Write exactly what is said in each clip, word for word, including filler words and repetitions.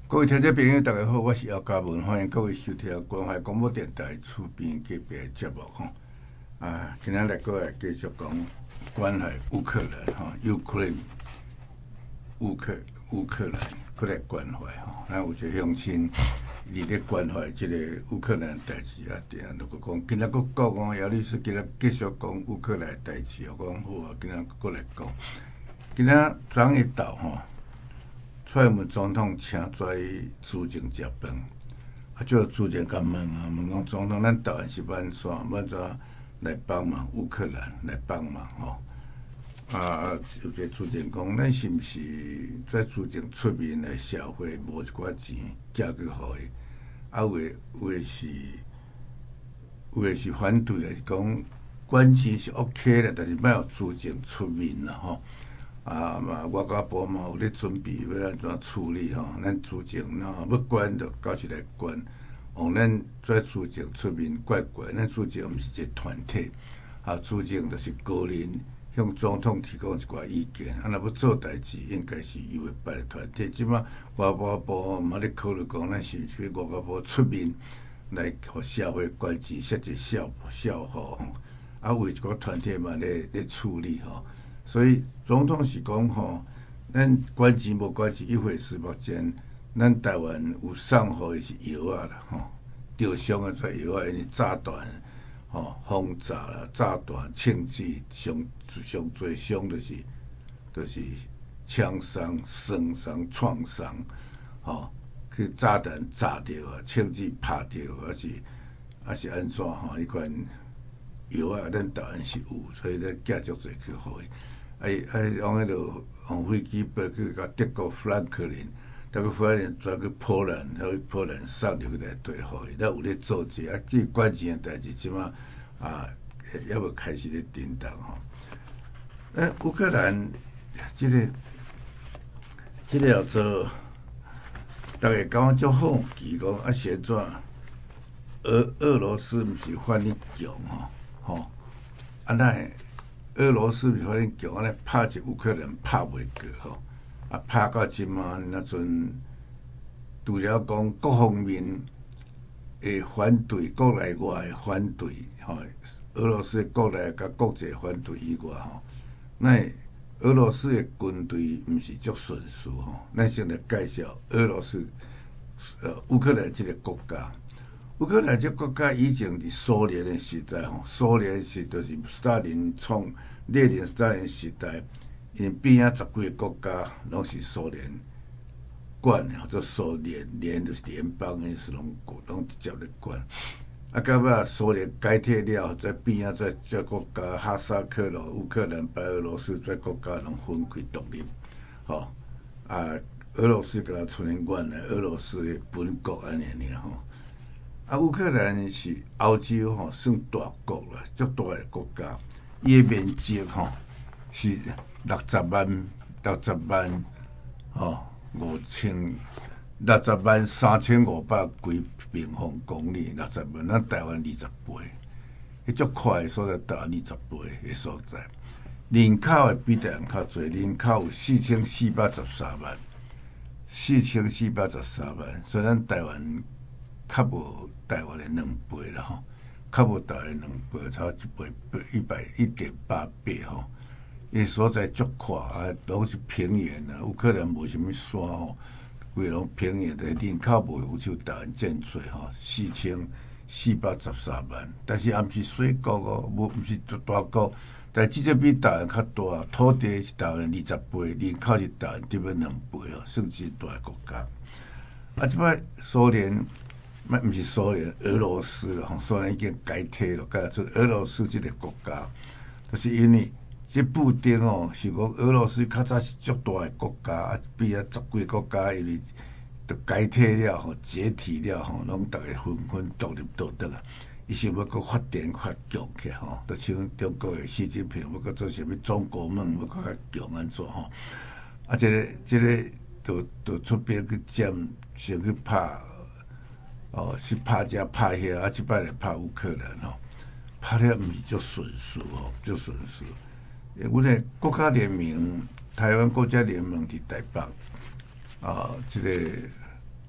各位听众朋友，大家好，我是姚嘉文，欢迎各位收听关怀广播电台厝边隔壁的节目吼。啊，今仔日过来继续讲关怀乌克兰吼，Ukraine，乌克乌克兰过来关怀吼。咱有一个乡亲伫咧关怀即个乌克兰代志啊，定如果讲今仔佫讲讲姚律师今仔继续讲乌克兰代志，我讲好啊，今仔佫来讲。今仔早上一到吼。蔡英文总统请跩朱静食饭，啊，就朱静甲问啊，问讲总统，咱台湾是安怎要怎来帮忙乌克兰来帮忙吼？啊，有个朱静讲，咱是毋是跩朱静出面来消费，无一寡钱寄去互伊？啊，有诶有诶是有诶是反对诶，讲关系是 OK 啦，但是莫有朱静出面啦吼。啊嘛，外交部嘛有咧准备要安怎处理吼？咱朱静喏要管就到时来管，往咱跩朱静出面怪怪，咱朱静毋是一个团体，啊，朱静就是个人向总统提供一寡意见，啊，若要做代志，应该是由会办团体。即马外交部嘛咧考虑讲，咱是毋是外交部出面来互社会关系设一效效果吼？啊，为一个团体嘛咧咧处理吼。所以总统是讲吼，咱管钱无管钱一回事。目前咱台湾有送互伊是药啊啦，吼，吊伤啊跩药啊，因为炸弹吼轰炸啦、炸弹、枪击上上最伤就是就是枪伤、损伤、创伤，吼，去炸弹炸着啊，枪击拍着，还是还是安怎吼？迄款药啊，咱台湾是有，所以咱寄足侪去互伊。哎哎，用迄落用飞机飞去甲德国富兰克林，德国富兰克林转去波兰，然后波兰送入去来对互伊，咱有咧做这啊，即关键诶代志，即马啊，也要开始咧叮当吼。呃，乌克兰即、这个即、这个叫做，大家感觉足好奇讲啊，是安怎？俄俄罗斯毋是反你强吼吼，啊那。俄羅斯是反正強，安尼拍一烏克蘭拍袂過吼，啊拍到即馬那陣，除了講各方面誒反對，國內外誒反對吼，俄羅斯國內甲國際反對以外吼，那俄羅斯誒軍隊毋是足順遂吼，咱先來介紹俄羅斯呃烏克蘭即個國家。烏克蘭這國家以前伫蘇聯的時代吼，蘇聯是就是斯大林創列寧斯大林時代，因邊仔十幾個國家攏是蘇聯管的，或者蘇聯聯就是聯邦的是攏攏直接咧管。啊，到尾蘇聯解體了，再邊仔再這國家哈薩克咯、烏克蘭、白俄羅斯這國家攏分開獨立，吼啊，俄羅斯甲它出現原來俄羅斯的本國安尼爾吼。啊，烏克蘭是歐洲吼算大國啦，足大個國家，伊個面積吼是六十萬六十萬吼五千六十萬三千五百幾平方公里，六十萬咱台灣二十倍，迄足快的所在，台灣二十倍的所在，人口會比台灣較濟，人口有四千四百十三萬，四千四百十三萬，所以咱台灣較無。台灣的兩倍啦吼，較無台灣兩倍，差一倍一百一點八倍吼。伊所在足寬啊，攏是平原啊，烏克蘭無啥物山吼，規攏平原的，人口無有像台灣真濟吼，四千四百十三萬。但是也毋是小國哦，無毋是大國，但係至少比台灣較大，土地是台灣二十倍，人口是台灣點樣兩倍哦，算是大個國家。啊，即擺蘇聯。那毋是蘇聯，俄羅斯啦，吼，蘇聯已經解體了，解出俄羅斯這個國家，就是因為這布丁哦，是講俄羅斯較早是足大個國家，啊，比啊十幾個國家因為都解體了吼，解體了吼，攏逐個紛紛獨立倒倒啊，伊想要閣發展發強起吼，就像中國的習近平要閣做啥物中國夢，要閣較強安怎吼，啊，這個這個就就出邊去佔，想去拍。哦，是拍遮拍遐，啊，即擺來拍烏克蘭吼，拍了毋是足順遂吼，足順遂。阮個國家聯盟，台灣國家聯盟佇台北，啊，即、這個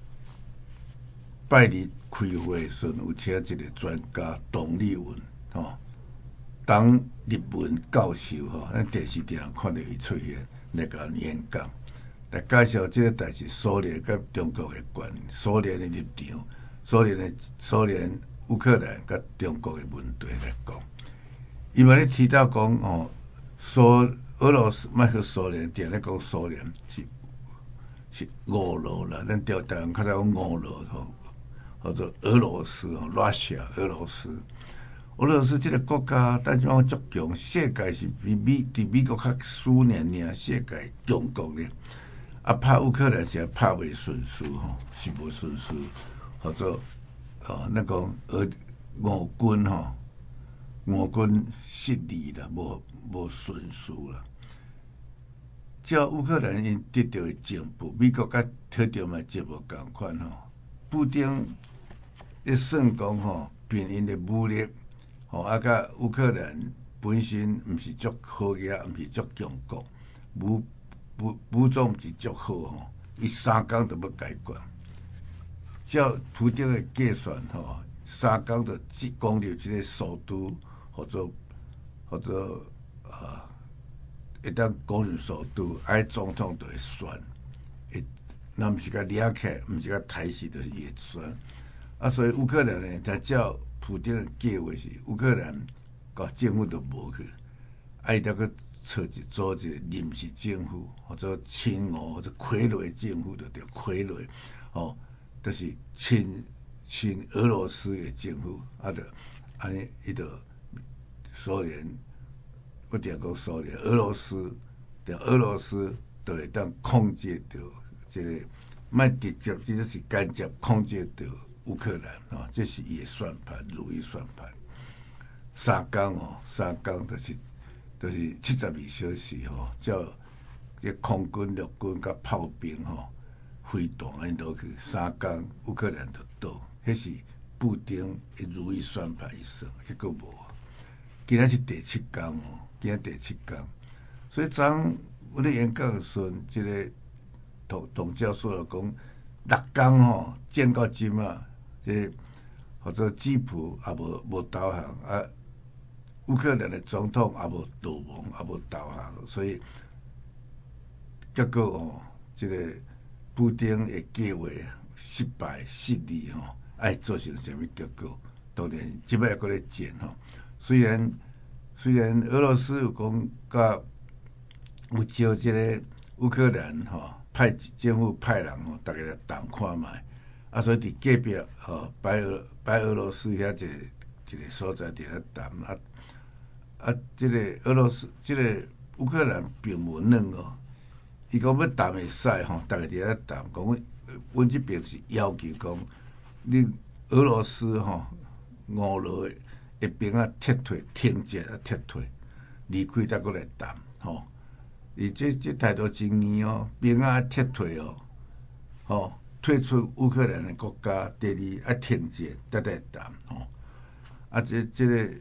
拜日开会时阵，有请一个专家董立文，吼、哦，当日文教授吼，咱电视顶上看到伊出现来甲演讲，来介绍即个代志，苏联甲中国的关，苏联的立场，苏联的苏联乌克兰甲中国的问题来讲。伊嘛咧提到讲哦，苏俄罗斯莫去苏联，定咧讲苏联是是俄罗啦，咱调台湾较早讲俄罗吼。或者俄罗斯哦 ，Russia 俄罗斯，俄罗斯这个国家，咱讲足强，世界是比美比美国较苏联尔，世界强国咧。啊，拍乌克兰是拍袂顺遂吼，是无顺遂，或者哦，那讲俄俄军吼，俄军失利啦，无无顺遂啦。照乌克兰因得到的进步，美国甲特着嘛节无共款吼，布丁。一算讲吼，平因的武力，吼啊，甲乌克兰本身毋是足好个，毋是足强国，武武武装毋是足好吼，伊三工就要解决。照普丁的计算吼，三工就即攻入即个首都，或者或者啊，一旦攻入首都，哎，总统就会选，会那毋是甲掠起，毋是甲抬死，就是伊会选。啊，所以乌克兰呢，他照普丁的计划是，乌克兰个政府都无去，啊，伊得去找一组一个临时政府，或者亲俄或者傀儡政府，就叫傀儡，哦，就是亲亲俄罗斯的政府，啊，就安尼，伊就苏联，我定讲苏联，俄罗斯，就俄罗斯就会当控制着这个，莫直接，其实是间接控制着。乌克兰哦，这是伊的算盘，如意算盘。三工哦，三工就是就是七十二小时吼，照这空军、陆军甲炮兵吼、飞弹安落去，三工乌克兰就倒。迄是布丁的如意算盘一算，结果无。今仔是第七工哦，今仔第七工。所以昨我咧演讲的时阵，即、这个董董教授就讲，六工吼战到即啊。这或者基辅也无无投降啊，乌克兰的总统也无逃亡，也无投降，所以结果哦，这个普丁的计划失败失利吼，爱造成什么结果？当然，即摆还搁咧战吼。虽然虽然俄罗斯有讲甲有招这个乌克兰吼派政府派人吼，大家来谈看觅。啊，所以伫隔壁吼，白俄白俄罗斯遐一个一个所在伫咧谈啊啊，即、这个俄罗斯即、这个乌克兰并无软哦，伊讲要谈会使吼，逐个伫咧谈，讲阮阮即边是要求讲，你俄罗斯吼俄罗的兵啊撤退，停战啊撤退，离开再过来谈吼。伊这这态度真严哦，兵啊撤退哦，吼。退出乌克兰的国家，第二啊停战，才来谈吼。啊，这这个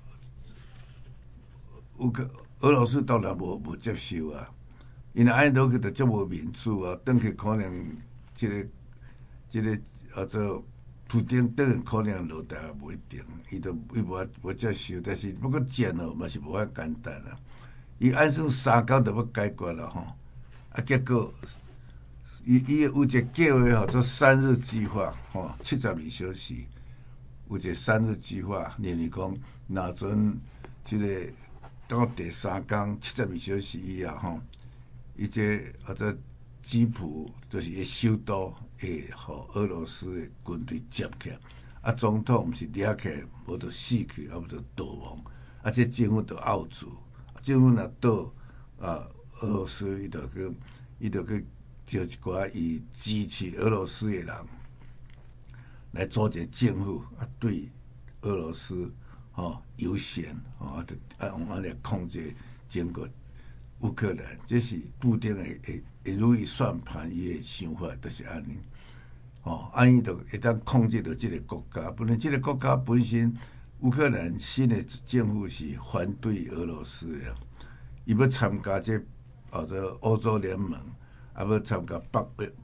乌克俄罗斯当然无无接受啊，因为安尼落去就足无民主啊，转去可能这个这个啊做普丁转去可能落台也无一定，伊都伊无无接受，但是不过战哦嘛是无遐简单啊，伊按算三工就要解决了吼，啊结果。伊伊有一个计划吼，做三日计划吼，七十二小时有一个三日计划，认为讲若阵即个到第三工七十二小时以后吼，伊这或者基辅就是伊首都会互俄罗斯的军队接起，啊总统毋是掠起，无就死去，啊无就逃亡，啊这政府就拗住，政府若倒啊，俄羅斯伊就去伊就去。招一寡伊支持俄羅斯的人來組一個政府，啊對俄羅斯吼優先，吼啊，啊用安尼控制整個烏克蘭，這是布丁的會會如意算盤，伊的想法就是安尼。吼，安尼就會當控制到這個國家。不然，這個國家本身烏克蘭新的政府是反對俄羅斯的，伊要參加這或者歐洲聯盟。啊，要參加北北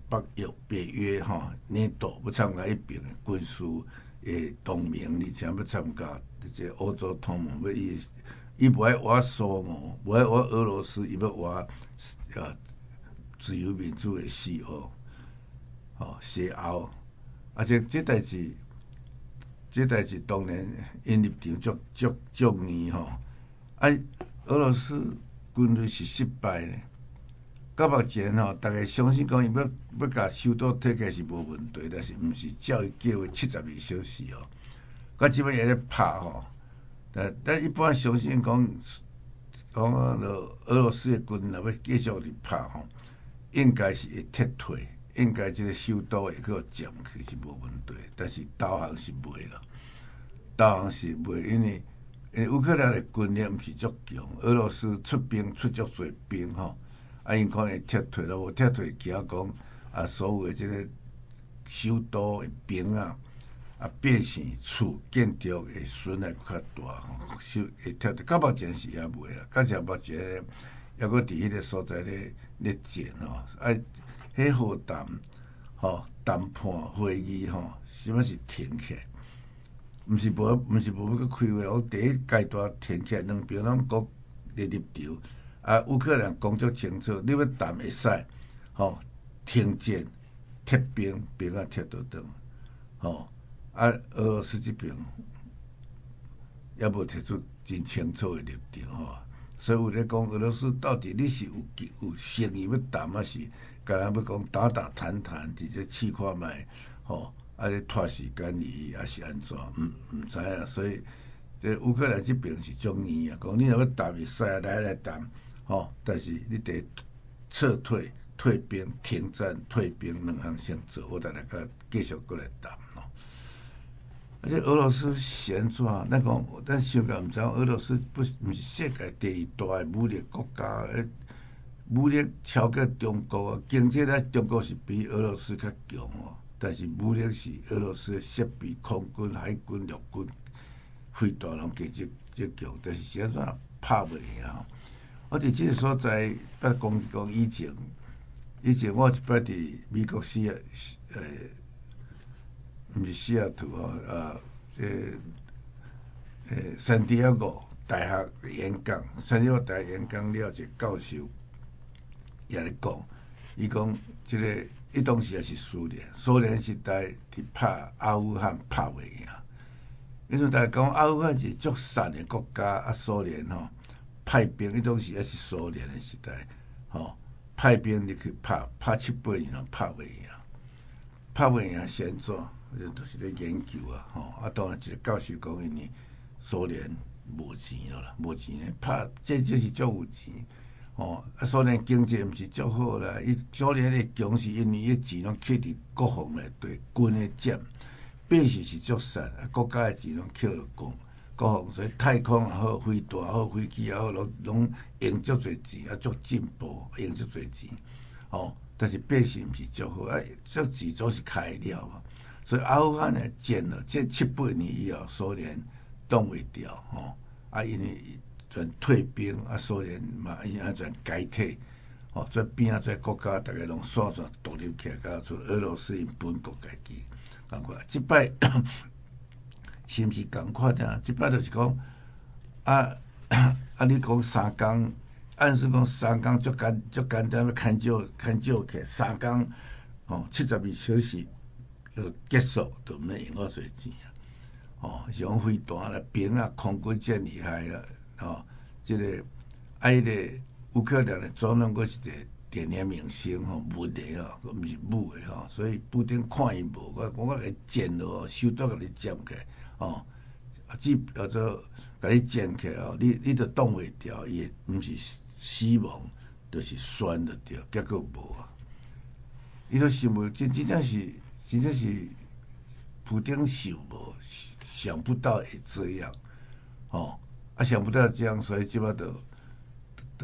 北约北约吼 NATO 要参加一边的军事的同盟，而且要参加这个欧洲同盟，要伊伊无爱挖苏俄，无爱挖俄罗斯，伊要挖啊自由民主的西欧，吼西欧，啊这这代志，这代志当然因立场足足足硬吼，啊俄罗斯军队是失败的。到目前吼，大家相信讲伊要要甲首都摕起来是无问题，但是毋是照伊叫的七十二小时哦。到即摆也咧拍吼，但但一般相信讲讲了俄罗斯的军若要继续伫拍吼，应该是会撤退，应该即个首都会去占去是无问题，但是导航是袂啦，导航是袂，因为因为乌克兰的军力毋是足强，俄罗斯出兵出足侪兵吼。啊，因可能撤退了，无撤退，惊讲啊，所有的即个首都的兵啊，啊，百姓厝建筑会损害较大吼，首会撤退。到目前是也袂啊，到现目前还阁伫迄个所在咧咧战吼，啊，迄和谈吼谈判会议吼，什么是停起来？毋是无，毋是无要去开会，我第一阶段停起来，两边拢各咧立场。啊，乌克兰讲足清楚，你要谈会使，吼、哦，停战、撤兵，兵啊撤倒转，吼、哦，啊，俄罗斯这边也无提出真清楚的立场，吼、哦，所以有咧讲俄罗斯到底你是有有诚意要谈，还是干那要讲打打谈谈，直接试看卖，吼、哦，啊咧拖时间而已，还是安怎？毋毋知影，所以这乌克兰这边是中意啊，讲你若要谈会使啊，来来谈。吼、哦，但是你得撤退、退兵、停战、退兵两项先做，我再来个继续过来谈吼。而且俄罗斯现怎？咱讲，咱想个毋知，俄罗斯不毋是世界第二大的武力国家，诶，武力超过中国啊，经济咧中国是比俄罗斯较强哦，但是武力是俄罗斯的设备、空军、海军、陆军、飞弹拢加即即强，但是现怎拍袂赢。我伫即个所在，捌讲讲以前，以前我一摆伫美国西雅，诶，毋是西雅图吼，啊，诶，诶，圣地亚哥大学演讲，圣地亚哥大学演讲了，一个教授也咧讲，伊讲即个，伊当时也是苏联，苏联时代伫拍阿富汗拍袂赢，因为大家讲阿富汗是足散的国家，啊，苏联吼。派兵，迄当时也是苏联的时代，吼、哦、派兵入去拍，拍七八年拢拍袂赢，拍袂赢先怎？就是咧研究啊，吼、哦、啊，当然一个教授讲，因为苏联无钱了啦，无钱咧拍，这这是足有钱，吼啊，苏联经济毋是足好啦，伊苏联的强是因为伊钱拢摕伫国防内底，军的占，百姓是足散，啊，国家的钱拢摕落国。国防所以太空也好，飞弹也好，飞机也好，拢拢用足侪钱，啊，足进步，用足侪钱，哦。但是百姓毋是足好，啊，足钱总是开了嘛。所以阿富汗呢，战了这七八年以后，苏联挡袂掉，吼、哦。啊，因为全退兵，啊，苏联嘛，因安全解体，吼、哦，这边啊，这国家大家拢线线独立起来，到做俄罗斯因本国家己，感觉即摆。是毋是共款啊？即摆就是讲，啊啊！你讲三工，按说讲三工足简足简单要牵少牵少起三工，哦，七十二小时就结束，就毋免用偌侪钱啊！哦，像飞弹啦、兵啊、空军真厉害啊！哦，即、這个啊，迄个乌克兰的总统佫是一个电影明星吼，文的吼，毋是武的吼，所以布丁看伊无，我我甲你剪咯，手刀甲你占起。哦，啊，只叫做甲你捡起哦，你你着挡袂牢，伊毋是死亡，就是酸着着，结果无啊。伊都想无，真真正是真正是普丁想无，想不到会这样，哦，啊，想不到这样，所以即摆着着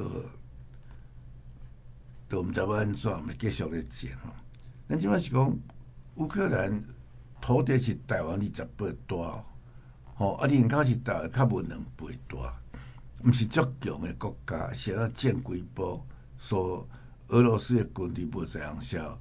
着毋知要安怎，咪继续咧捡吼。咱即摆是讲乌克兰。土地是台湾二十八大，吼、哦，啊，人口是大较无两倍大，毋是足强的国家，是啊，建规模，所俄罗斯的军队无这样少，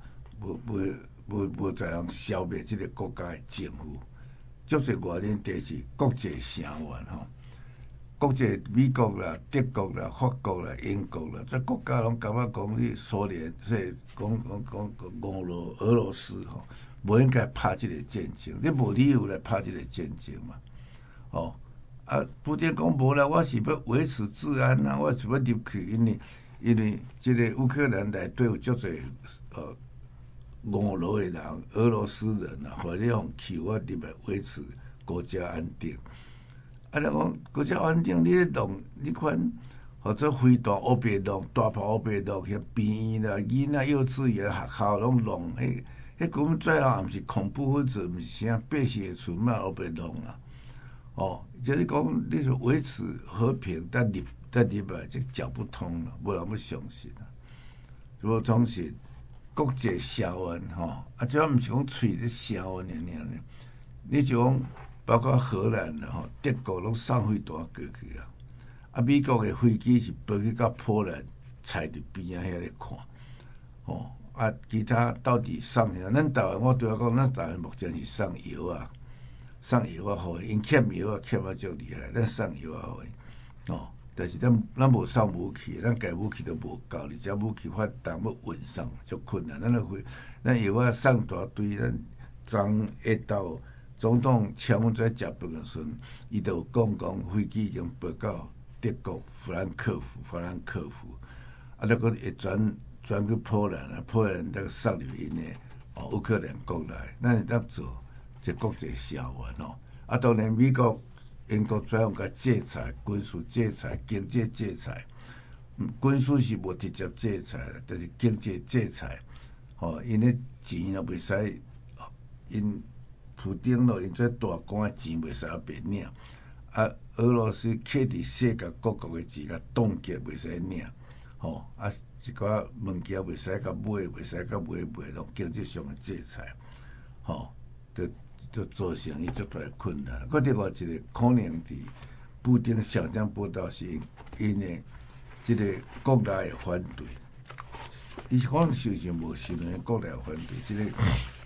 无无无无在通消灭即个国家的政府。足侪原因，第是国际成员吼，国际美国啦、德国啦、法国啦、英国啦，这国家拢感觉讲你苏联，即讲讲讲俄罗俄罗斯吼，无应该拍即个战争，你无理由来拍即个战争嘛，哦。啊，普丁讲无啦，我是要维持治安啊，我是要入去，因为因为即个乌克兰内底有足侪呃俄罗的人、俄罗斯人啊，或者用去我入来维持国家安定。啊，你讲国家安定，你咧弄，你看或者飞弹乌白弄，大炮乌白弄，遐边啦、囡仔幼稚园学校拢弄，迄迄根本最后也毋是恐怖分子，毋是啥百姓的厝嘛乌白弄啊。哦，就是讲你是维持和平，但入但入来就讲不通了，无人要相信啊。如果总是国际社运吼，啊，这毋是讲喙咧社运尔尔咧，你就讲包括荷兰啦吼，德国拢送飞弹过去啊，啊，美国的飞机是飞去到波兰，踩伫边仔遐咧看，哦，啊，其他到底送啥？咱台湾我对我讲，咱台湾目前是送药啊。送药啊，互伊，因欠药啊，欠啊足厉害。咱送药啊，互伊，哦，但是咱咱无送武器，咱家武器都无够，而且武器发动要运送足困难。咱个会，咱药啊送大堆，咱昨下昼总统请阮在食饭个时阵，伊就有讲讲飞机已经飞到德国弗兰克福，弗兰克福，啊，再个会转转去波兰啊，波兰再送入因的哦乌克兰国内，咱会当做。即国际社运吼，啊，当然美国、英国怎样甲制裁、军事制裁、经济制裁，军事是无直接制裁，但是经济制裁，吼，因咧钱也袂使，因普丁咯，因这大官的钱袂使白领，啊，俄罗斯克伫世界各国的钱甲冻结袂使领，吼，啊，一寡物件袂使甲买，袂使甲买卖，拢经济上的制裁，吼，就。就造成伊足大困难。佮另外一个可能伫布丁小将报道是因为即个国内的反对，伊可能受是无受因国内反对，即、这个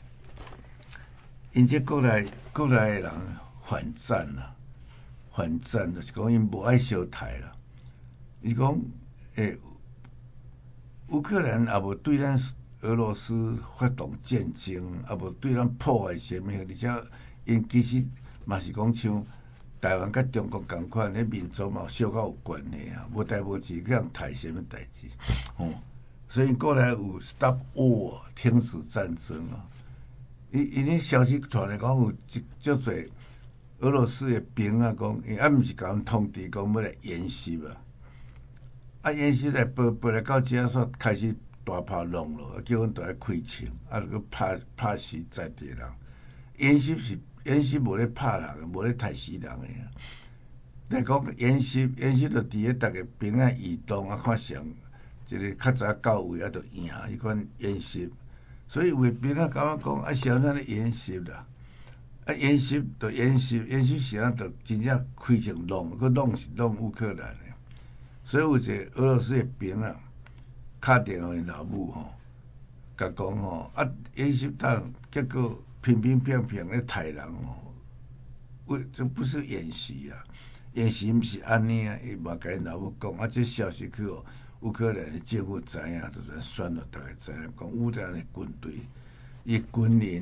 因这国内国内的人反战啦，反战就是讲因无爱小台啦。伊讲诶，乌克兰也无对咱。俄罗斯发动战争，也无对咱破坏啥物，而且因其实嘛是讲像台湾甲中国共款，迄民族嘛小可有关系啊，无代无志去人刣啥物代志，哦，所以过来有 stop war 停止战争啊。因因迄消息传来讲有足足侪俄罗斯的兵啊，讲伊啊毋是甲阮通知讲要来演习啊，啊演习来报报来到遮煞开始。大炮弄落，叫阮倒来开枪，啊，佮拍拍死在地人。演习是演习，无咧拍人，无咧杀死人诶。来讲演习，演习就伫咧逐个兵仔移动啊，看上即个较早到位啊，就赢迄款演习。所以有诶兵仔感觉讲啊，是安怎咧演习啦？啊，演习就演习，演习时啊，就真正开枪弄，佮弄是弄乌克兰诶。所以有一个俄罗斯诶兵啊。打电话因老母吼，甲讲吼啊，演习当结果平平平平咧杀人吼，喂，这不是演习啊！演习毋是安尼啊！伊嘛甲因老母讲啊，这消息去哦，乌克兰的政府知影，就是宣了大家知影，讲乌克兰的军队，伊军人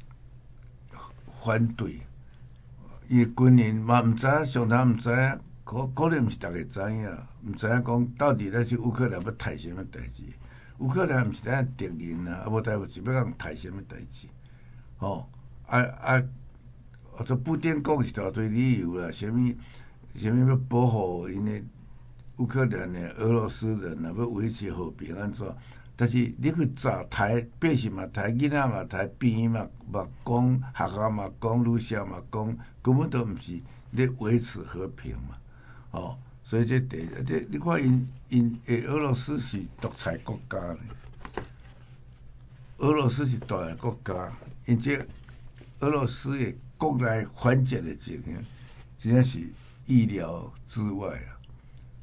反对，伊军人嘛毋知影，上头毋知影。可可能毋是逐个知影，毋知影讲到底那是乌克兰要刣啥物代志？乌克兰毋是咱敌人啊，啊无代志要甲刣啥物代志？吼、哦，啊啊，或者布丁讲一大堆理由啦，啥物啥物要保护因诶乌克兰诶俄罗斯人啊，要维持和平安怎？但是你去查台百姓嘛台，囡仔嘛台，边嘛嘛讲，学校嘛讲，女校嘛讲，根本都毋是咧维持和平嘛。哦，所以这第这你看因因诶，俄罗斯是独裁国家咧，俄罗斯是独裁国家，因这俄罗斯诶国内反战诶情形，真正是意料之外啊！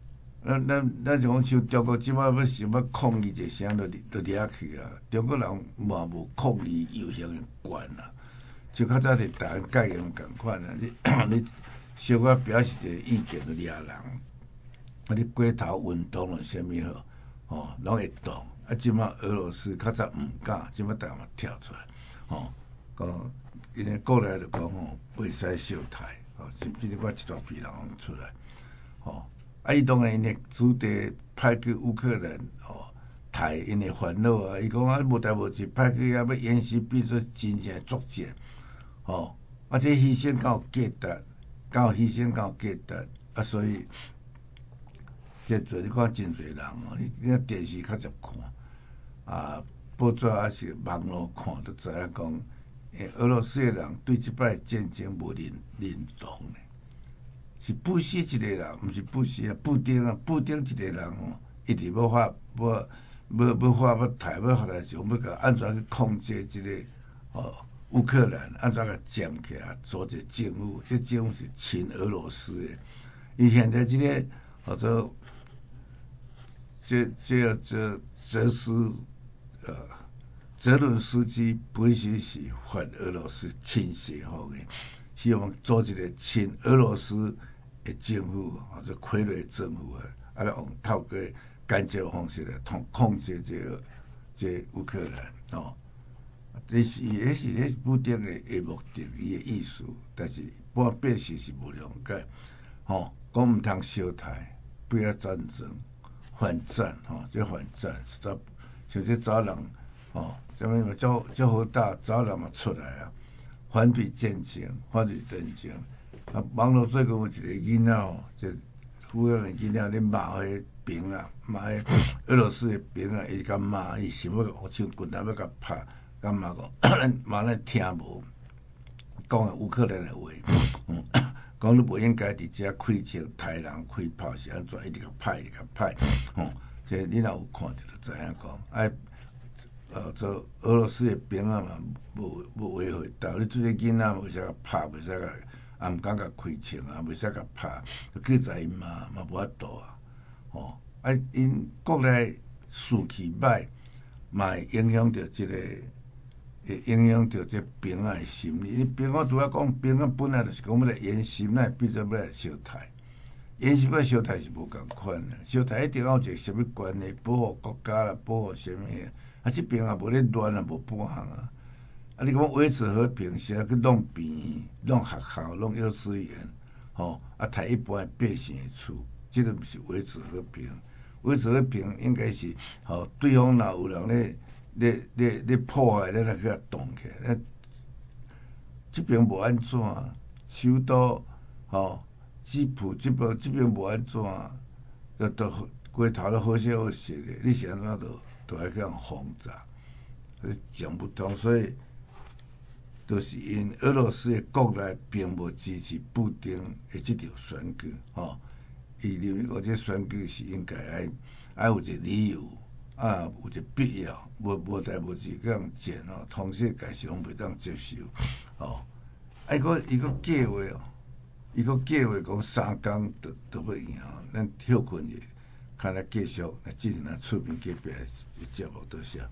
咱咱咱就讲像中国即摆要想要抗议一声，就就掠去啊！中国人嘛无抗议游行的权啊，就较早是台湾戒严共款啊！你你小可表示一个意见就掠人，啊！你过头运动了啥物好，吼，拢会动。啊！即摆俄罗斯较早毋敢，即摆逐嘛跳出来，吼，讲因为国内就讲吼，袂使小台，吼，甚至你我一大批人出来，吼。啊！伊当然因诶主题派去乌克兰吼，台因诶烦恼啊！伊讲啊，无代无志派去遐要演习，变做真正作战，吼！啊，这牺牲敢有价值？敢有牺牲？敢有价值？啊，所以这做你看真侪人哦，你你电视较常看，啊，报纸还是网络看，都知影讲，诶，俄罗斯诶人对即摆战争无认认同咧。是布希一个人，毋是布希啊，布丁啊，布丁一个人吼，一直要发要要要发要台要发来时，要甲安怎去控制即、這个哦乌克兰，安怎甲占起来，做一个政府，这政府是亲俄罗斯的。伊现在即、這个或者这这这泽斯呃泽伦斯基本身是反俄罗斯亲西方的，希望做一个亲俄罗斯的政府，或者傀儡政府啊，啊来用透过间接方式来控控制这个这个乌克兰哦。这是迄是迄是普丁的的目的，伊的意思，但是半百姓是无谅解，吼、哦，讲毋通小台，不要战争，反战，吼、哦，这反战，stop，像这早人，吼，什么叫叫好大早人嘛出来啊，反对战争，反对战争。啊，网络最近有一个囡仔哦，这富有的囡仔咧骂迄兵啊，骂迄俄罗斯的兵啊，伊甲骂，伊想要互像棍仔要甲拍。感觉讲，咱嘛咱听无，讲乌克兰的话，嗯，讲你不应该伫遮开枪，台人开炮是安怎，一直甲拍，一直甲拍，吼、嗯，这你若有看着就知影讲，哎，呃，这俄罗斯的兵啊嘛，无无违反到，你对这囡仔袂使甲拍，袂使甲，也毋敢甲开枪啊，袂使甲拍，记在因嘛嘛无法度啊，吼，啊，因国内士气歹，嘛会影响着即、這个。会影响到这兵仔的心理。你兵我拄仔讲，兵仔本来就是讲要来演习，那变做要来烧台。演习要烧台是无共款的，烧台一定要有一个什么关系，保护国家啦，保护什么的。啊，这兵也无咧乱啊，无半项啊。啊，你讲维持和平，是啊去弄病、弄学校、弄幼稚园，吼、哦，啊，抬一般百姓的厝，这个不是维持和平。维持和平应该是，吼、哦，对方若有人咧。咧咧咧破坏，咧来去甲动起来，咧即边无安怎？首都吼，基辅即边即边无安怎？就都规头都好些好势咧，你是安怎都都爱去人轰炸，讲不通。所以，都是因俄罗斯的国内并无支持布丁的即场选举，吼，伊认为讲这选举是应该爱爱有一个理由。啊，有一个必要，无无代无志搿样剪哦，同世界是拢袂当接受哦。啊，伊个伊个计划哦，伊个计划讲三工就就要赢哦，咱休困者，看来继续来进行咱厝边隔壁的节目，多谢。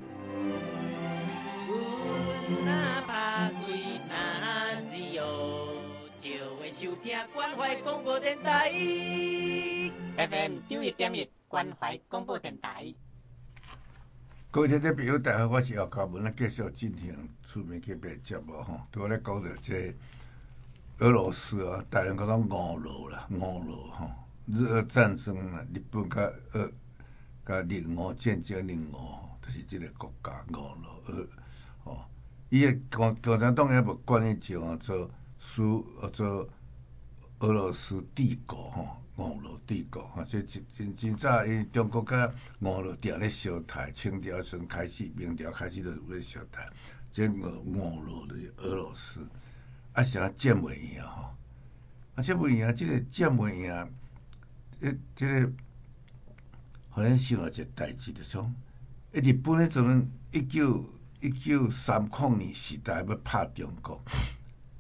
收听关怀广播电台 F M 九一点一关怀广播电台。各位听众朋友，大家好，我是姚嘉文，咱继续进行厝边隔壁的节目吼。拄咧讲到这俄罗斯啊，大人讲讲俄罗啦，俄罗吼，日俄战争啊，日本甲俄甲日俄战争，日俄就是这个国家俄罗俄吼。伊个共共产党也无管伊叫做苏做俄罗斯帝国吼。俄罗帝国吼，这真真真早，因中国甲俄罗定咧烧台，清朝时开始，明朝开始就有咧烧台。这俄俄罗就是俄罗斯，啊，啥占袂赢吼？啊，占袂赢，这个占袂赢，这这个，互咱想到一个代志，就讲，诶，日本咧阵一九一九三零年时代要拍中国，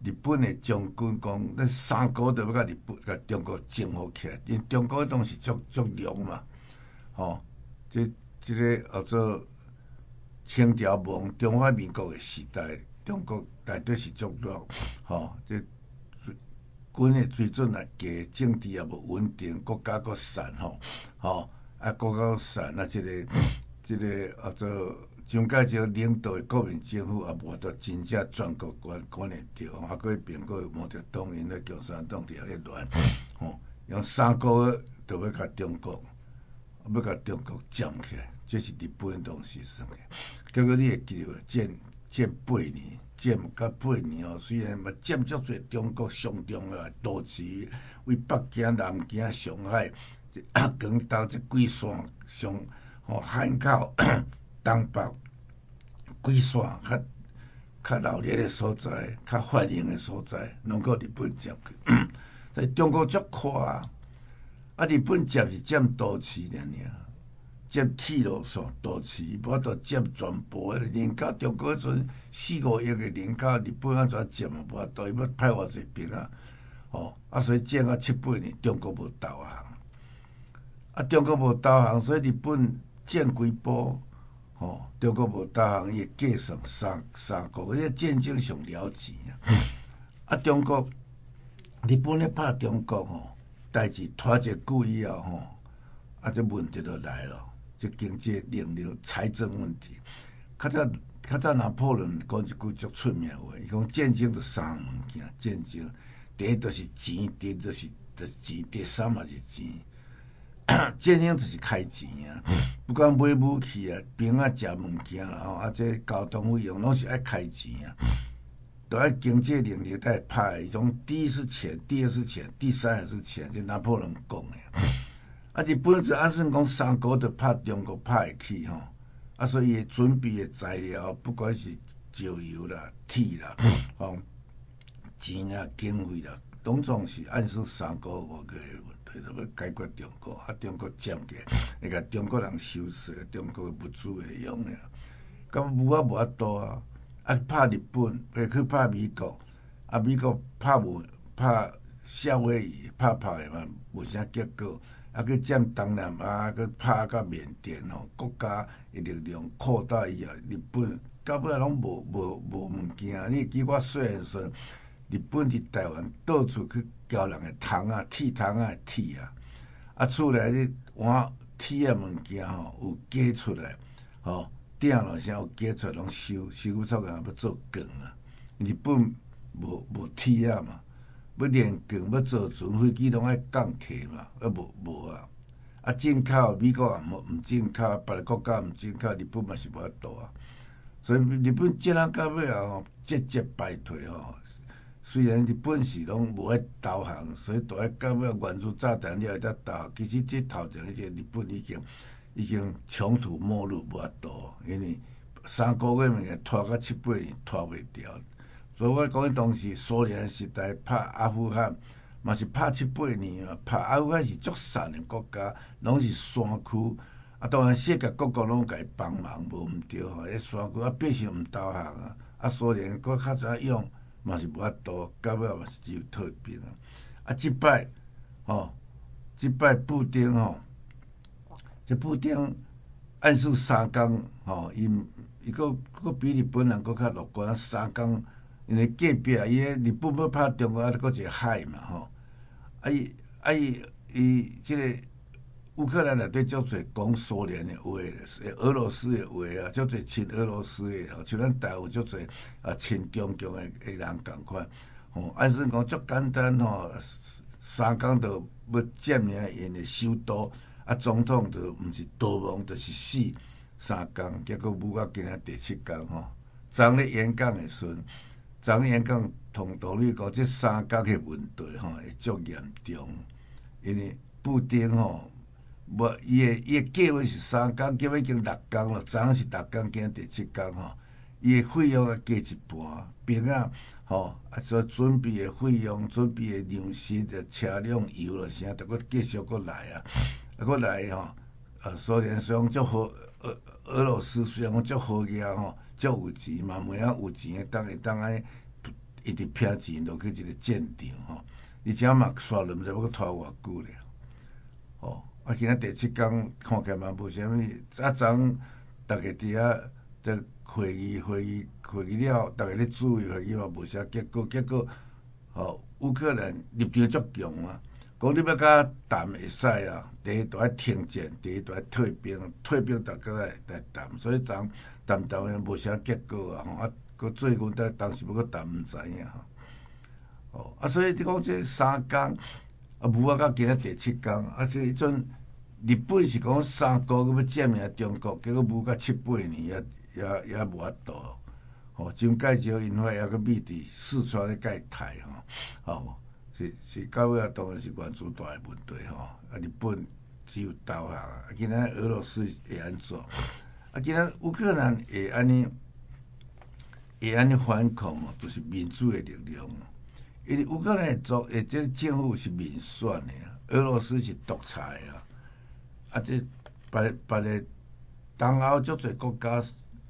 日本的将军讲，咱三个都要甲日本、甲中国征服起来，因中国当时足足强嘛，吼、哦，即即个叫做清朝亡中华民国的时代，中国内底是足弱，吼、哦，即军的水准也低，政治也无稳定，国家搁散吼，吼、哦，啊国家散，啊即、這个即、這个叫做。蒋介石领导的国民政府也无法度真正全国管管得着，啊，搁一边搁有摸着党员咧共产党伫遐咧乱，吼，用三个月就要甲中国，要甲中国占起来，这是日本当时算的。结果你会记得，占占八年，占到八年哦，虽然嘛占足侪中国上重要的都市，为北京、南京、上海、广东这几线上吼汉口。东北几线较较闹热的所在，较繁荣的所在，拢搁日本占去。所以中国足快啊！啊，日本占是占都市尔尔，占铁路线都市，无法度占全部的人口。中国迄阵四五亿的人口，日本安怎占啊？无法度，伊要派偌济兵啊？哦，啊，所以占啊七八年，中国无投降。啊，中国无投降，所以日本占几波。哦，中国无投降，伊会计算三三个，迄战争上了钱啊！啊，中国日本咧拍中国吼，代志拖一久以后吼，啊，这问题就来了，这经济能力、财政问题。较早较早拿破仑讲一句足出名话，伊讲战争就三物件，战争第一就是钱，第二就是就是钱，第三嘛是钱。战争就是开钱啊，不管买武器啊、兵啊、食物件啦，吼啊，这交通费用拢是爱开钱啊，都爱经济能力才会拍。伊种第一是钱，第二是钱，第三也是钱，这拿破仑讲的。啊，日本就按算讲三国就拍中国拍会起吼，啊，所以伊准备的材料，不管是石油啦、铁啦、吼钱啊、经费啦，拢总是按说三国五个。就要解决中国，啊，中国占起来，会甲中国人收税，中国的物资会用呀。咁无啊无法度啊，啊拍日本，会去拍美国，啊美国拍无拍夏威夷，拍拍诶嘛无啥结果，啊去占东南亚，去拍到缅甸吼，国家的力量扩大以后，日本到尾拢无无无物件。你记我细汉时，日本伫台湾到处去交人的桶啊、铁桶啊、铁啊，啊厝内咧换铁啊物件吼有加出来，吼鼎咯啥有加出来拢收，收出来要做钢啊。日本无无铁啊嘛，要炼钢要做船飞机拢爱钢铁嘛，啊无无啊。啊进口美国也无毋进口，别个国家毋进口，日本嘛是无法度啊。所以日本战啊到尾啊吼节节败退吼。虽然日本是拢无爱投降，所以大概到尾原子炸弹了才投。其实这头前迄个日本已经已经穷途末路无法度，因为三个月物件拖到七八年拖袂掉。所以我讲当时苏联时代拍阿富汗，嘛是拍七八年嘛。拍阿富汗是足散的国家，拢是山区。啊，当然世界各国拢甲伊帮忙，无毋对吼。迄山区啊，变成毋投降啊。啊，苏联搁较早用。嘛是无法度，到尾嘛是只有退兵啊！啊，即摆吼，即摆布丁吼，这布丁按数三工吼，伊伊个个比日本人搁较乐观，三工，因为隔壁伊个日本要拍中国，啊，搁一个海嘛吼，啊伊啊伊伊即个乌克兰内底足侪讲苏联的话，俄罗斯的话啊，足侪亲俄罗斯的吼，像咱台湾足侪啊亲中共的的人共款。吼，按算讲足简单吼，三工就要占领因的首都，啊总统就毋是逃亡，就是死三工，结果舞到今仔第七工吼，昨咧演讲的时阵，昨咧演讲通道理讲，这三工的问题吼会足严重，因为布丁吼。无，伊诶伊诶计划是三工，结果已经六工了。昨昏是六工，今仔第七工吼。伊诶费用啊加一半，兵啊吼啊所准备诶费用、准备诶粮食、诶车辆、油咯啥，着搁继续搁来啊，啊搁来吼。啊，苏联虽然足好，俄俄罗斯虽然讲足好个吼，足有钱嘛，袂晓有钱诶，当会当爱一直拼钱落去一个战场吼，而且嘛刷了毋知要搁拖偌久了，吼。啊，今仔第七天看起来嘛无啥物，啊，昨逐个伫遐这会议会议会议了，逐个咧注意会议嘛无啥结果，结果吼乌克兰立场足强啊，讲你要甲谈会使啊，第一都爱停战，第一都爱退兵，退兵逐个来来谈，所以昨谈谈诶无啥结果啊，吼啊，搁最近在当时要搁谈毋知影吼，哦啊，所以你讲这三工。啊，无啊，到今仔第七天，啊，即迄阵日本是讲三个月要占领中国，结果无到七八年也也也无法度，吼，蒋介石因伙还阁秘伫四川咧甲伊刣吼，吼，是是到尾啊，当然是原子大诶问题吼，啊，日本只有投降啊，今仔俄罗斯会安怎？啊，今仔乌克兰会安尼会安尼反抗哦，就是民主诶力量。因为乌克兰做诶，这政府是民选的啊，俄罗斯是独裁啊，啊，这别别个东欧足侪国家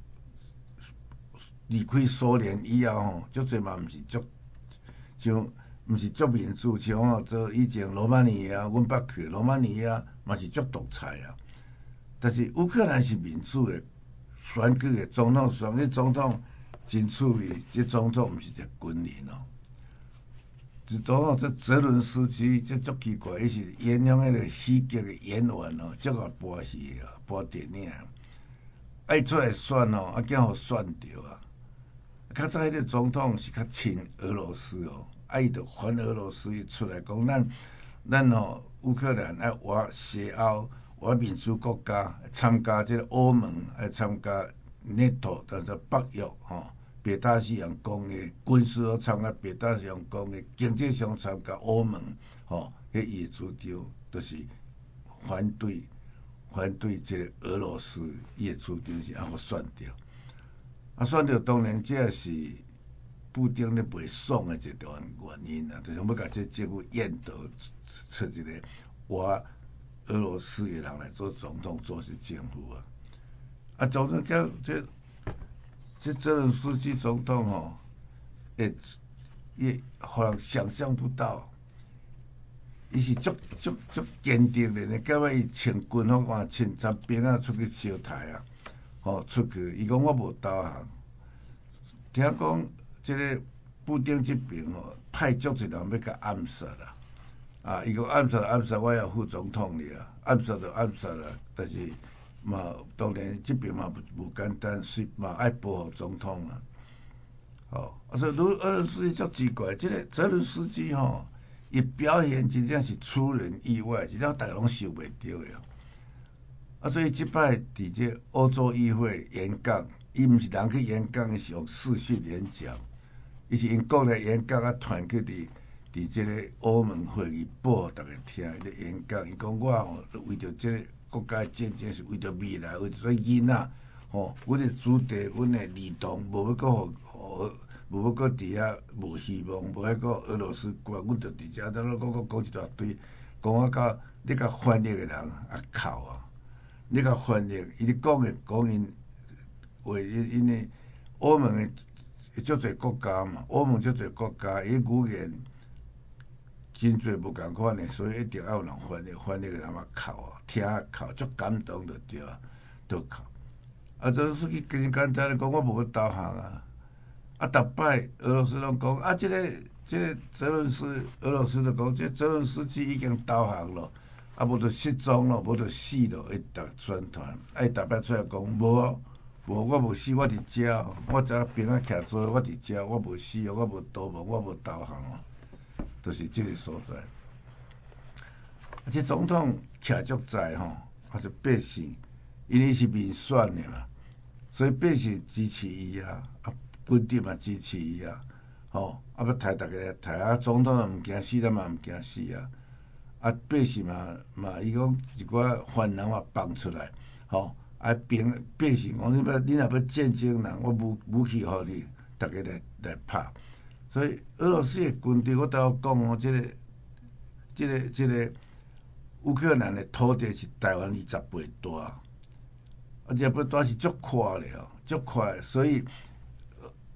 离开苏联以后吼，足侪嘛毋是足像毋是足民主，像吼做以前罗马尼亚，阮捌去罗马尼亚嘛是足独裁啊，但是乌克兰是民主的选举的总统选举总统真趣味，这总统毋是一个军人哦。一种哦，这泽伦斯基这足奇怪，伊是演用迄个喜剧的演员哦，足爱播戏啊，播电影，爱出来选哦，啊，竟互选着啊！较早迄个总统是较亲俄罗斯哦，啊，伊着反俄罗斯，伊出来讲咱咱哦，乌克兰爱活西欧，活民主国家，参加这个欧盟，爱参加 NATO， 但是北约吼。哦北大西洋公约，军事上参加北大西洋公约，经济上参加欧盟，吼，迄伊主张就是反对反对即个俄罗斯，伊诶主张是安好选着，啊选着当然这是布丁咧袂爽诶一段原因啊，就是要甲这政府验得出一个我俄罗斯诶人来做总统，做是政府啊，啊总统叫这。这泽连斯基总统吼，也也互人想象不到，伊是足足足坚定的呢。到尾伊请军方话，请十兵啊出去烧台啊，吼出去。伊讲我无投降。听讲即个布丁这边吼，派足侪人要甲暗杀啦。啊，伊讲暗杀暗杀，我也副总统哩啊，暗杀就暗杀啦，但是。嘛，当然这边嘛无简单，是嘛爱保护总统啊。哦，啊所以俄俄罗斯足奇怪，这个泽伦斯基吼，伊表现真正是出人意外，真正大家拢想袂到的。啊，所以即摆伫这欧洲议会演讲，伊毋是人去演讲，伊是用视讯演讲，伊是因国内演讲啊，传去伫伫这个欧盟会议报大家听伊咧演讲。伊讲我吼，为着这个。国家战争是为着未来，为着做囡仔，吼，阮的子弟，阮的儿童，无要搁互，互，无要搁伫遐无希望，无要搁俄罗斯过，阮着伫遮，咱讲讲讲一大堆，讲啊到你甲翻译的人啊哭啊，你甲翻译，伊咧讲的讲因话，因因为欧盟的足侪国家嘛，欧盟足侪国家，伊语言。真侪无共款的，所以一定要有人翻译，翻译个人嘛哭啊，听啊哭，足感动着对啊，都哭。啊，泽连斯基真简单咧讲，我无要投降啊。啊，逐摆俄罗斯拢讲啊，即、這个即、這个泽伦斯俄罗斯就讲，即泽伦斯基已经投降咯，啊，无就失踪咯，无就死咯，伊逐宣传，啊，伊逐摆出来讲无啊，无我无死，我伫遮，我遮兵啊徛做，我伫遮，我无死哦，我无逃亡，我无投降哦。就是这个所在，而且总统徛足在吼，还是百姓，因为是民选的嘛，所以百姓支持伊啊，啊，军队嘛支持伊啊，吼，啊要抬大家来抬啊，总统也毋惊死，咱嘛毋惊死啊，啊，百姓嘛嘛，伊讲一寡犯人嘛放出来，吼，啊，兵百姓讲你要你若要战争人，我武武器互你，大家来来拍。所以俄罗斯的军队，我都讲哦，这个、这个、这个乌克兰的土地是台湾二十倍大，而且不大是足快的哦，足快。所以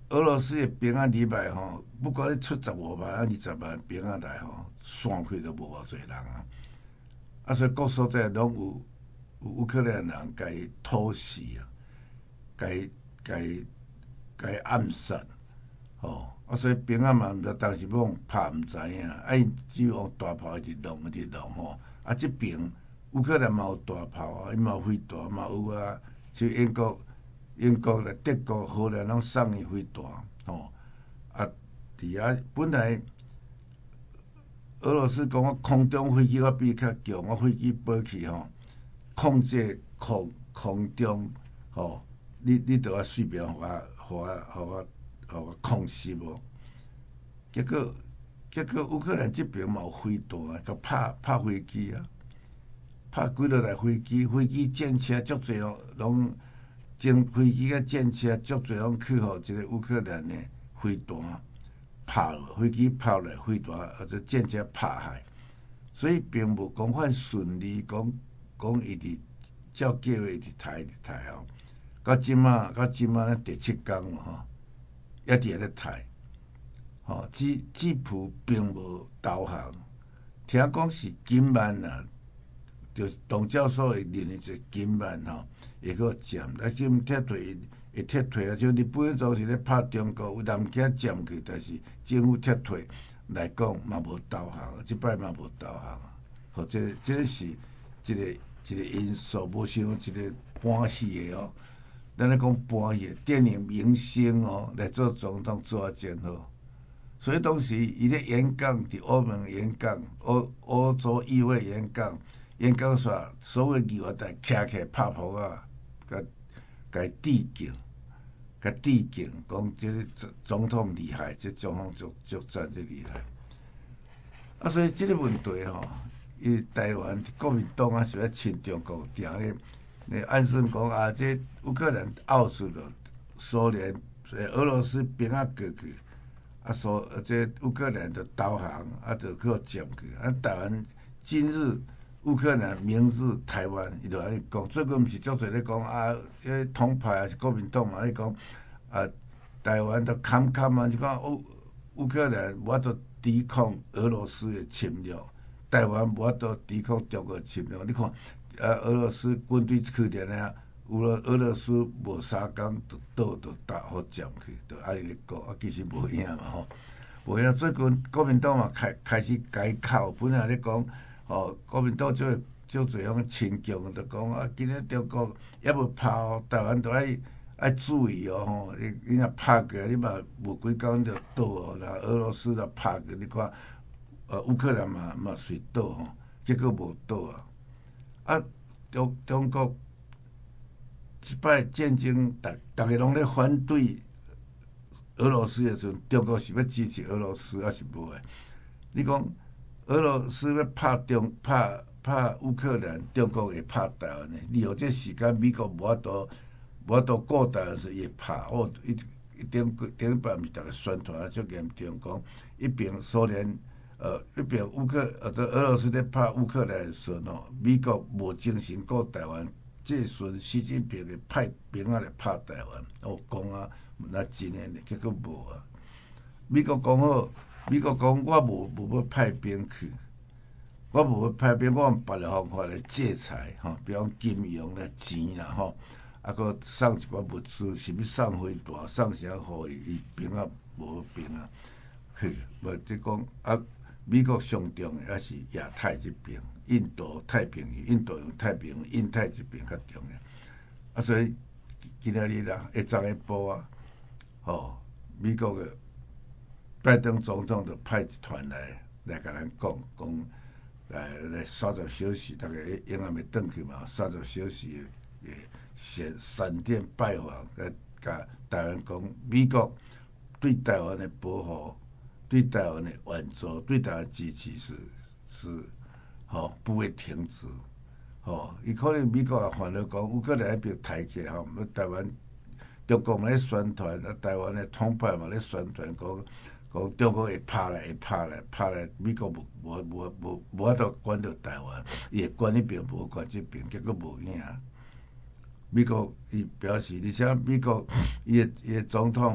俄罗斯的兵啊入来吼，不管你出十五万啊二十万兵啊来吼，散开都无偌济人啊。啊，所以各所在拢有有乌克兰人甲伊偷袭啊，甲伊甲伊甲伊暗杀，吼、啊，所以兵啊嘛毋知当时要用拍毋知影，啊，伊只有用大炮一直弄一直弄吼，啊，即边乌克兰嘛有大炮啊，伊嘛有飞弹嘛有啊，就英国。英国咧、德国、荷兰拢送伊飞弹，吼、啊！伫遐本来俄罗斯讲我空中飞机我比较强，我飞机飞去吼，控制空空中，吼、你你着要随便互我、互我、互我、互我控制无？结果结果乌克兰即边嘛有飞弹，甲拍拍飞机啊，拍几落台飞机，飞机战车足侪哦，拢。乘飞机甲战车足侪拢去互即个乌克兰的飞弹拍落，飞机拍落，飞弹或者战车拍害，所以并无讲款顺利，讲讲伊伫照计划伫台伫台吼，到即马到即马咱第七天咯吼，一直咧台，吼基基辅并无投降，听讲是今晚啊。就董教授会认的是今晚吼，会搁占，啊，今撤退会撤退啊，像日本总是咧拍中国，有南京占去，但是政府撤退来讲嘛无投降，即摆嘛无投降，或者这是一个一个因素，无像一个欢喜的哦。咱咧讲欢喜的电影明星哦来做总统做啊真好，所以当时伊咧演讲伫欧盟演讲，欧欧洲议会演讲。演讲说，所有议员在徛起拍扑啊，甲甲致敬，甲致敬，讲这个总统厉害，这总统足足赞这厉害。啊，所以这个问题吼，伊台湾国民党啊是要亲中国，定咧咧暗示讲啊，这乌克兰拗出了苏联、俄罗斯兵啊过去，啊苏这乌克兰就投降，啊就去占去，啊台湾今日。乌克兰明日台湾，伊就安尼讲。最近毋是足侪咧讲啊，迄统派还是国民党嘛咧讲啊，台湾都坎坎啊，就讲乌乌克兰无法度抵抗俄罗斯的侵略，台湾无法度抵抗中国侵略。你看，啊，俄罗斯军队去伫遐，有了俄罗斯无三工就倒就打好占去，就安尼咧讲，啊，其实无影嘛吼，无影。最近国民党嘛开开始改口，本来咧讲。哦，国民党就就这样亲共，就讲啊，今日中国也无拍哦，台湾都爱爱注意哦吼，你你若拍过，你嘛无几工就倒哦，那俄罗斯若拍过，你看，呃，乌克兰嘛嘛随倒吼，结果无倒啊。啊，中中国即摆战争，逐逐个拢咧反对俄罗斯的时阵，中国是要支持俄罗斯，还是无诶？你讲？俄罗斯要拍中拍拍乌克兰，中国会拍台湾的。利用这时间，美国无法度无法度顾台湾时，伊会拍。哦，一一顶顶摆毋是逐个宣传啊，足严重讲，一边苏联呃一边乌克呃这俄罗斯咧拍乌克兰的时阵哦，美国无精神顾台湾，这时阵习近平会派兵啊来拍台湾。哦，讲啊，那真诶呢，结果无啊。美国讲好，美国讲我无无要派兵去，我无要派兵，我用别个方法来制裁吼，比方金融啦、钱啦吼，啊，搁送一寡物资，是要送飞弹，送啥互伊，伊兵啊无兵啊去，无即讲啊，美国上重要还是亚太这边，印度太平洋、印度洋太平洋、印太这边较重要，啊，所以今仔日啦，一早一报啊，吼，美国个。拜登总统就派一团来来甲咱讲讲，来来三十小时，大家永远袂转去嘛。三十小时诶，闪闪电拜访，甲甲台湾讲，美国对台湾的保护、对台湾的援助、对台湾支持是是吼、哦、不会停止。吼、哦，伊可能美国也烦恼讲，乌克兰迄边抬起吼，台湾中国嘛咧宣传，啊台湾的统派嘛咧宣传讲。讲中国会拍来，会拍来，拍来，美国无无无无无法度管到台湾，伊会管迄边，无管即边，结果无影。美国伊表示，而且美国伊诶伊诶总统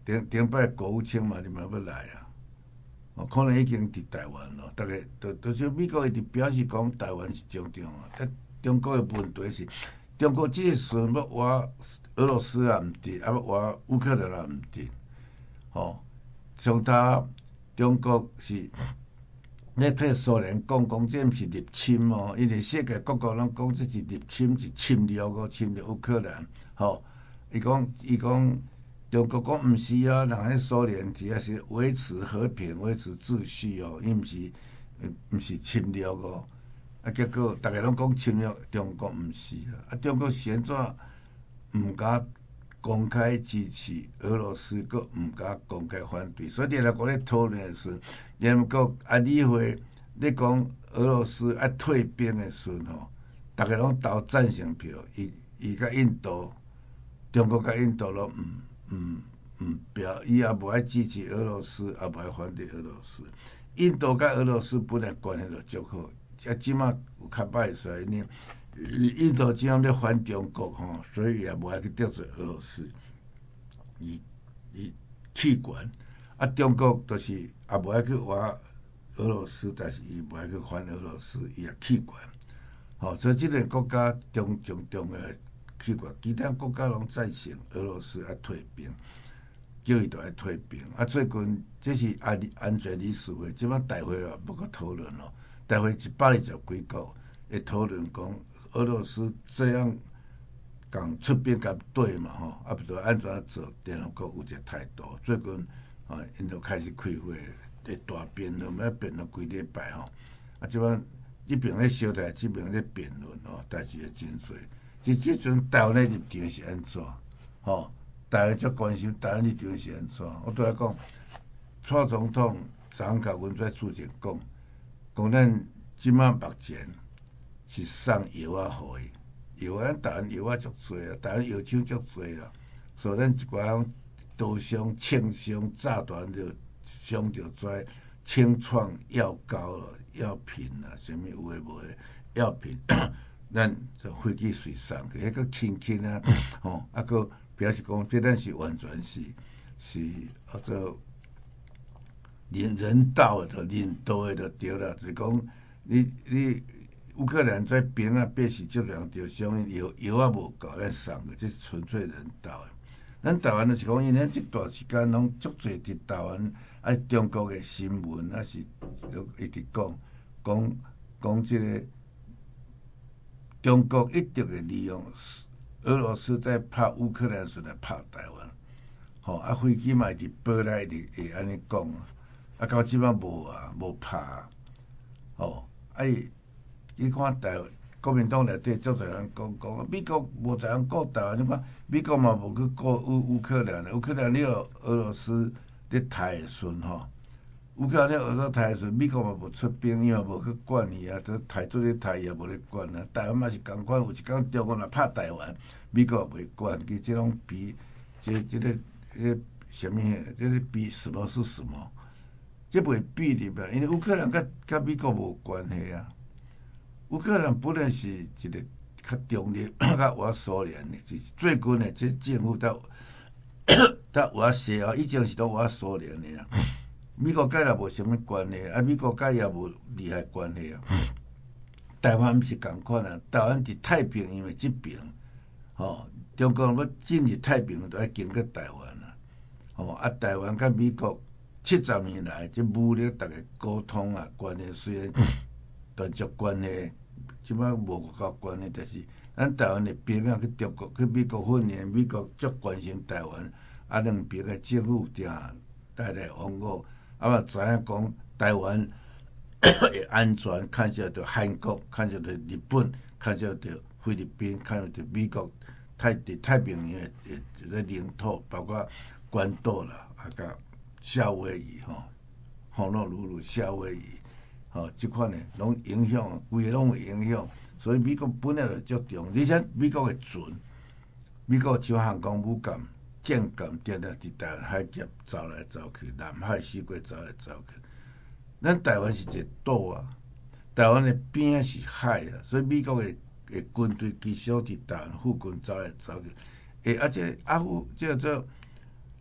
顶顶摆国务卿嘛，你嘛要来啊？哦，可能已经伫台湾咯。大家都都说美国一直表示讲台湾是中重要，但中国的问题是，中国即个时阵要挖俄罗斯也毋得，啊要挖乌克兰也毋得。吼，从他中国是咧对苏联讲讲，这毋是入侵哦，因为世界各国拢讲这是入侵，是侵略哦，侵略乌克兰。吼，伊讲伊讲。中国讲毋是啊，人迄苏联只是维持和平、维持秩序哦，伊毋是毋是侵略哦。啊，结果大家拢讲侵略，中国毋是啊。啊，中国现在毋敢公开支持俄罗斯，佮毋敢公开反对，所以联合国咧讨论的时候，联合国安理会咧讲俄罗斯爱退兵的时候吼，大家拢投赞成票，伊伊甲印度、中国甲印度拢毋。嗯嗯，表伊也无爱支持俄罗斯，也无爱反对俄罗斯。印度甲俄罗斯本来关系就足好，啊，即马有较歹势，因为印度即马咧反中国吼，所以也无爱去得罪俄罗斯，伊伊弃权。啊，中国就是也无爱去挖俄罗斯，但是伊无爱去反俄罗斯，伊也弃权。吼，所以即个国家中中中的。去过，其他国家拢赞成俄罗斯爱退兵，叫伊着爱退兵。啊，最近这是安安全理事会，即摆大会啊，要阁讨论咯。大会一百二十几国会讨论讲，俄罗斯这样讲出兵甲对嘛吼，啊，不着安怎做？联合国有一个态度。最近啊，因就开始开会，会大辩论，要辩论几礼拜吼。啊，即摆这边咧烧台，这边咧辩论吼，代志也真多。即即阵台湾的立场是安怎？吼，大家足关心台湾立场是安怎？我拄来讲，蔡总统昨昏甲阮在主席讲，讲咱即马目前是送药啊，互伊药啊，咱台湾药啊足多啊，台湾药厂足多啊，所以咱一寡刀商、庆商、炸弹着商着跩清创药膏咯、药品啊，啥物有诶无诶药品。咱就飞机随送去，迄个轻轻啊，吼，啊个表示讲，这咱是完全是是叫做人人道的、人道的就对啦。就是讲，你你乌克兰在兵啊，必是质量着伤，药药啊无够咱送的，这是纯粹人道的。咱台湾就是讲，因为即段时间拢足侪伫台湾啊，中国的新闻啊是都一直讲讲讲即个。中国一直会利用俄罗斯在拍乌克兰时来拍台湾，吼啊飞机嘛伫报来一直会安尼讲，啊到即摆无啊无拍，吼啊伊伊看台国民党内底足侪人讲讲，美国无怎样顾台湾，你看美国嘛无去顾乌乌克兰，乌克兰了俄罗斯咧台的时吼。乌克兰咧俄罗斯台的时，美国嘛无出兵，伊嘛无去管伊啊，这台做咧台也无咧管啊。台湾嘛是共款，有一天中国若拍台湾，美国也袂管，其即种比，即即个即个什么，即个比什么是什么，这袂比入啊。因为乌克兰甲甲美国无关系啊。乌克兰本来是一个较中立、较我苏联的，是最近的这政府到到我西欧，以前是都我苏联的啊。美国甲也无啥物关系，啊，美国甲也无利害关系啊。台湾毋是共款啊，台湾伫太平洋的即边，吼，中国要进入太平洋，都要经过台湾啊。吼，啊，台湾甲美国七十年来，即武力逐个沟通啊，关系虽然断绝关系，即摆无外交关系，但是咱台湾的兵啊去中国去美国训练，美国足关心台湾，啊，两边的政府定带来往我。啊嘛知影讲台湾的安全，看涉到韩国，看涉到日本，看涉到菲律宾，看涉到美国太伫太平洋的一个领土，包括关岛啦，啊甲夏威夷吼，honolulu鲁鲁夏威夷，吼即款的拢影响，规个拢会影响，所以美国本来就足重，而且美国的船，美国像航空母舰。舰舰定定伫台湾海峡走来走去，南海四国走来走去。咱台湾是一个岛啊，台湾的边是海啊，所以美国的的军队机少伫台湾附近走来走去。诶，啊，这阿富这个做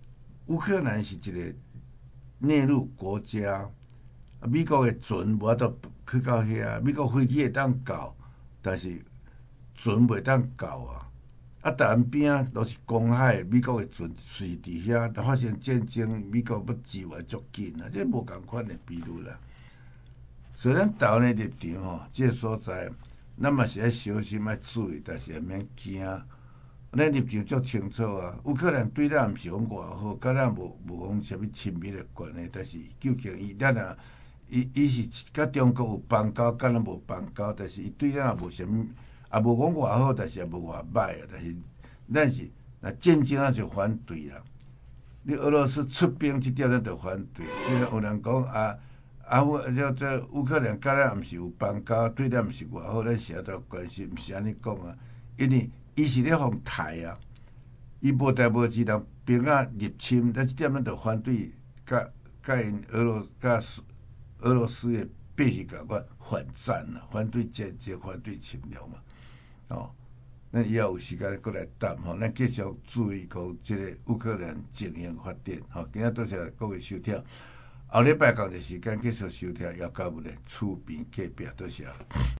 乌克兰是一个内陆国家，美国的船无法度去到遐，美国飞机会当到，但是船袂当到啊。啊，台湾边啊都是公海，美国的船随伫遐，发生战争，美国要支援足紧啊，这无共款的比率啦。所以咱台湾的立场吼，这个所在，咱嘛是爱小心爱注意，但是也免惊。咱立场足清楚啊，乌克兰对咱毋是讲偌好，甲咱无无讲啥物亲密的关系，但是究竟伊咱啊，伊伊是甲中国有邦交，甲咱无邦交，但是伊对咱也无啥物。也无讲偌好，但是也无偌歹啊。但是咱是那战争咱就反对啊。你俄罗斯出兵这点咱就反对。虽然有人讲啊啊，这这乌克兰甲咱毋是有邦交，对咱毋是偌好，咱是都关系，毋是安尼讲啊。因为伊是咧防台啊，伊无代无志人兵啊入侵，咱这点咱就反对，甲甲因俄罗甲俄罗斯的必须甲我反战啊，反对战争，反对侵略嘛。哦，咱以后有时间过来谈吼，咱继续注意讲即个乌克兰情形发展。吼，今仔多谢各位收听，后礼拜同一时间继续收听姚家文的厝边隔壁，多谢。